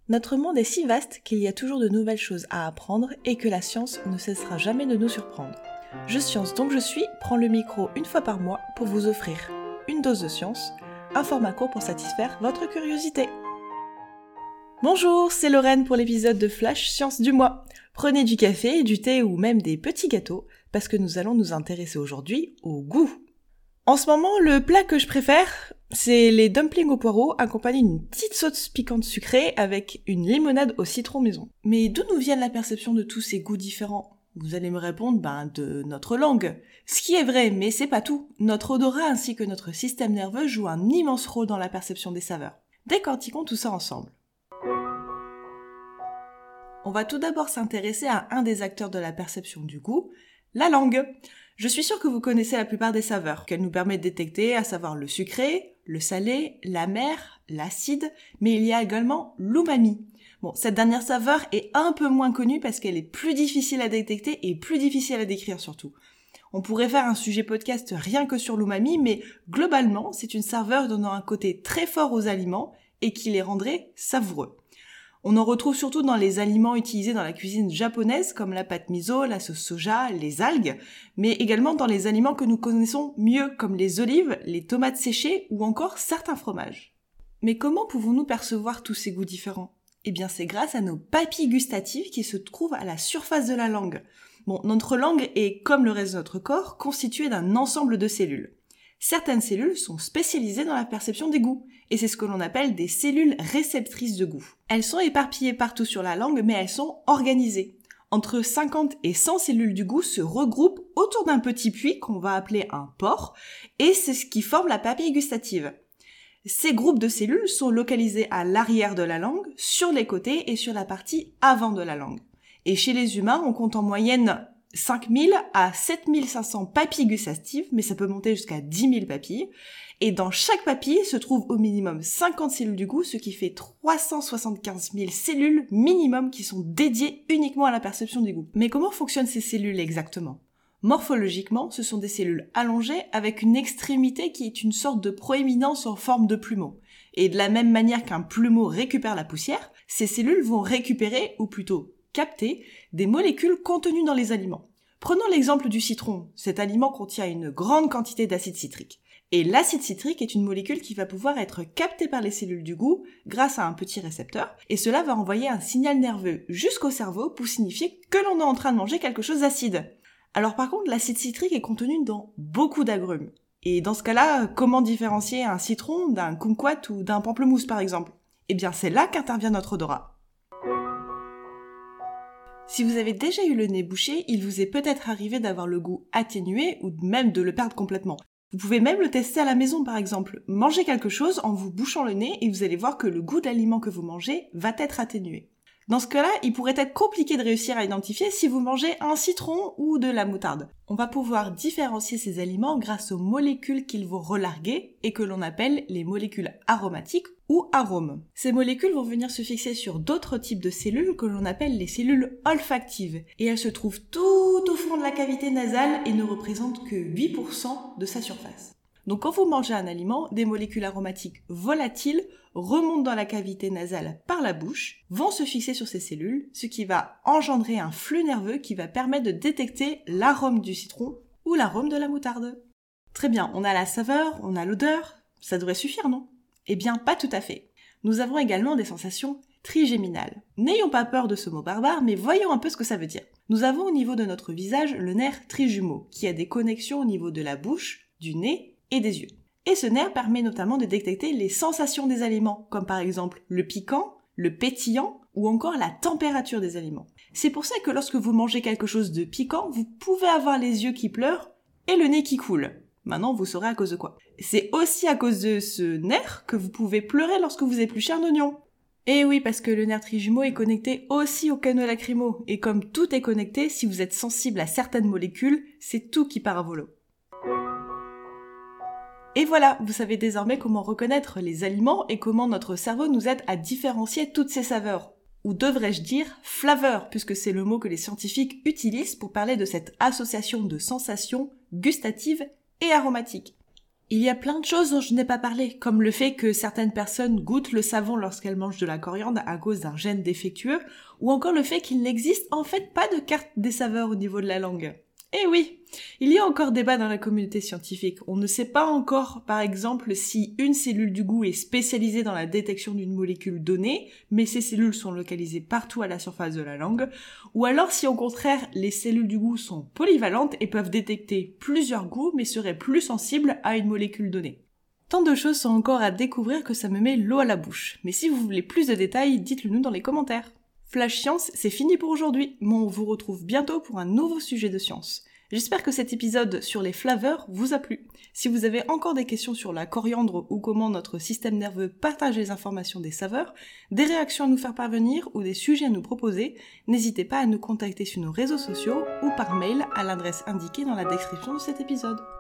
Notre monde est si vaste qu'il y a toujours de nouvelles choses à apprendre et que la science ne cessera jamais de nous surprendre. Je Science donc je suis prend le micro une fois par mois pour vous offrir une dose de science, un format court pour satisfaire votre curiosité. Bonjour, c'est Lorraine pour l'épisode de Flash Science du mois. Prenez du café, du thé ou même des petits gâteaux parce que nous allons nous intéresser aujourd'hui au goût. En ce moment, le plat que je préfère, c'est les dumplings au poireau accompagnés d'une petite sauce piquante sucrée avec une limonade au citron maison. Mais d'où nous vient la perception de tous ces goûts différents ? Vous allez me répondre, de notre langue. Ce qui est vrai, mais c'est pas tout. Notre odorat ainsi que notre système nerveux jouent un immense rôle dans la perception des saveurs. Décortiquons tout ça ensemble. On va tout d'abord s'intéresser à un des acteurs de la perception du goût, la langue. Je suis sûre que vous connaissez la plupart des saveurs qu'elle nous permet de détecter, à savoir le sucré, le salé, l'amer, l'acide, mais il y a également l'umami. Bon, cette dernière saveur est un peu moins connue parce qu'elle est plus difficile à détecter et plus difficile à décrire surtout. On pourrait faire un sujet podcast rien que sur l'umami, mais globalement, c'est une saveur donnant un côté très fort aux aliments et qui les rendrait savoureux. On en retrouve surtout dans les aliments utilisés dans la cuisine japonaise comme la pâte miso, la sauce soja, les algues, mais également dans les aliments que nous connaissons mieux comme les olives, les tomates séchées ou encore certains fromages. Mais comment pouvons-nous percevoir tous ces goûts différents ? Eh bien c'est grâce à nos papilles gustatives qui se trouvent à la surface de la langue. Bon, notre langue est, comme le reste de notre corps, constituée d'un ensemble de cellules. Certaines cellules sont spécialisées dans la perception des goûts, et c'est ce que l'on appelle des cellules réceptrices de goût. Elles sont éparpillées partout sur la langue, mais elles sont organisées. Entre 50 et 100 cellules du goût se regroupent autour d'un petit puits qu'on va appeler un pore, et c'est ce qui forme la papille gustative. Ces groupes de cellules sont localisés à l'arrière de la langue, sur les côtés et sur la partie avant de la langue. Et chez les humains, on compte en moyenne 5000 à 7500 papilles gustatives, mais ça peut monter jusqu'à 10 000 papilles. Et dans chaque papille se trouve au minimum 50 cellules du goût, ce qui fait 375 000 cellules minimum qui sont dédiées uniquement à la perception du goût. Mais comment fonctionnent ces cellules exactement ? Morphologiquement, ce sont des cellules allongées avec une extrémité qui est une sorte de proéminence en forme de plumeau. Et de la même manière qu'un plumeau récupère la poussière, ces cellules vont récupérer, ou plutôt capter, des molécules contenues dans les aliments. Prenons l'exemple du citron. Cet aliment contient une grande quantité d'acide citrique. Et l'acide citrique est une molécule qui va pouvoir être captée par les cellules du goût grâce à un petit récepteur, et cela va envoyer un signal nerveux jusqu'au cerveau pour signifier que l'on est en train de manger quelque chose d'acide. Alors par contre, l'acide citrique est contenu dans beaucoup d'agrumes. Et dans ce cas-là, comment différencier un citron d'un kumquat ou d'un pamplemousse par exemple ? Eh bien c'est là qu'intervient notre odorat. Si vous avez déjà eu le nez bouché, il vous est peut-être arrivé d'avoir le goût atténué ou même de le perdre complètement. Vous pouvez même le tester à la maison par exemple. Mangez quelque chose en vous bouchant le nez et vous allez voir que le goût de l'aliment que vous mangez va être atténué. Dans ce cas-là, il pourrait être compliqué de réussir à identifier si vous mangez un citron ou de la moutarde. On va pouvoir différencier ces aliments grâce aux molécules qu'ils vont relarguer et que l'on appelle les molécules aromatiques ou arômes. Ces molécules vont venir se fixer sur d'autres types de cellules que l'on appelle les cellules olfactives et elles se trouvent tout au fond de la cavité nasale et ne représentent que 8% de sa surface. Donc quand vous mangez un aliment, des molécules aromatiques volatiles remontent dans la cavité nasale par la bouche, vont se fixer sur ces cellules, ce qui va engendrer un flux nerveux qui va permettre de détecter l'arôme du citron ou l'arôme de la moutarde. Très bien, on a la saveur, on a l'odeur, ça devrait suffire, non ? Eh bien, pas tout à fait. Nous avons également des sensations trigéminales. N'ayons pas peur de ce mot barbare, mais voyons un peu ce que ça veut dire. Nous avons au niveau de notre visage le nerf trijumeau, qui a des connexions au niveau de la bouche, du nez et des yeux. Et ce nerf permet notamment de détecter les sensations des aliments, comme par exemple le piquant, le pétillant ou encore la température des aliments. C'est pour ça que lorsque vous mangez quelque chose de piquant, vous pouvez avoir les yeux qui pleurent et le nez qui coule. Maintenant, vous saurez à cause de quoi. C'est aussi à cause de ce nerf que vous pouvez pleurer lorsque vous épluchez un oignon. Et oui, parce que le nerf trijumeau est connecté aussi au canaux lacrymaux. Et comme tout est connecté, si vous êtes sensible à certaines molécules, c'est tout qui part à volo. Et voilà, vous savez désormais comment reconnaître les aliments et comment notre cerveau nous aide à différencier toutes ces saveurs. Ou devrais-je dire flaveurs, puisque c'est le mot que les scientifiques utilisent pour parler de cette association de sensations gustatives et aromatiques. Il y a plein de choses dont je n'ai pas parlé, comme le fait que certaines personnes goûtent le savon lorsqu'elles mangent de la coriandre à cause d'un gène défectueux, ou encore le fait qu'il n'existe en fait pas de carte des saveurs au niveau de la langue. Eh oui, il y a encore débat dans la communauté scientifique. On ne sait pas encore, par exemple, si une cellule du goût est spécialisée dans la détection d'une molécule donnée, mais ces cellules sont localisées partout à la surface de la langue, ou alors si au contraire, les cellules du goût sont polyvalentes et peuvent détecter plusieurs goûts, mais seraient plus sensibles à une molécule donnée. Tant de choses sont encore à découvrir que ça me met l'eau à la bouche. Mais si vous voulez plus de détails, dites-le nous dans les commentaires. Flash Science, c'est fini pour aujourd'hui, mais on vous retrouve bientôt pour un nouveau sujet de science. J'espère que cet épisode sur les flaveurs vous a plu. Si vous avez encore des questions sur la coriandre ou comment notre système nerveux partage les informations des saveurs, des réactions à nous faire parvenir ou des sujets à nous proposer, n'hésitez pas à nous contacter sur nos réseaux sociaux ou par mail à l'adresse indiquée dans la description de cet épisode.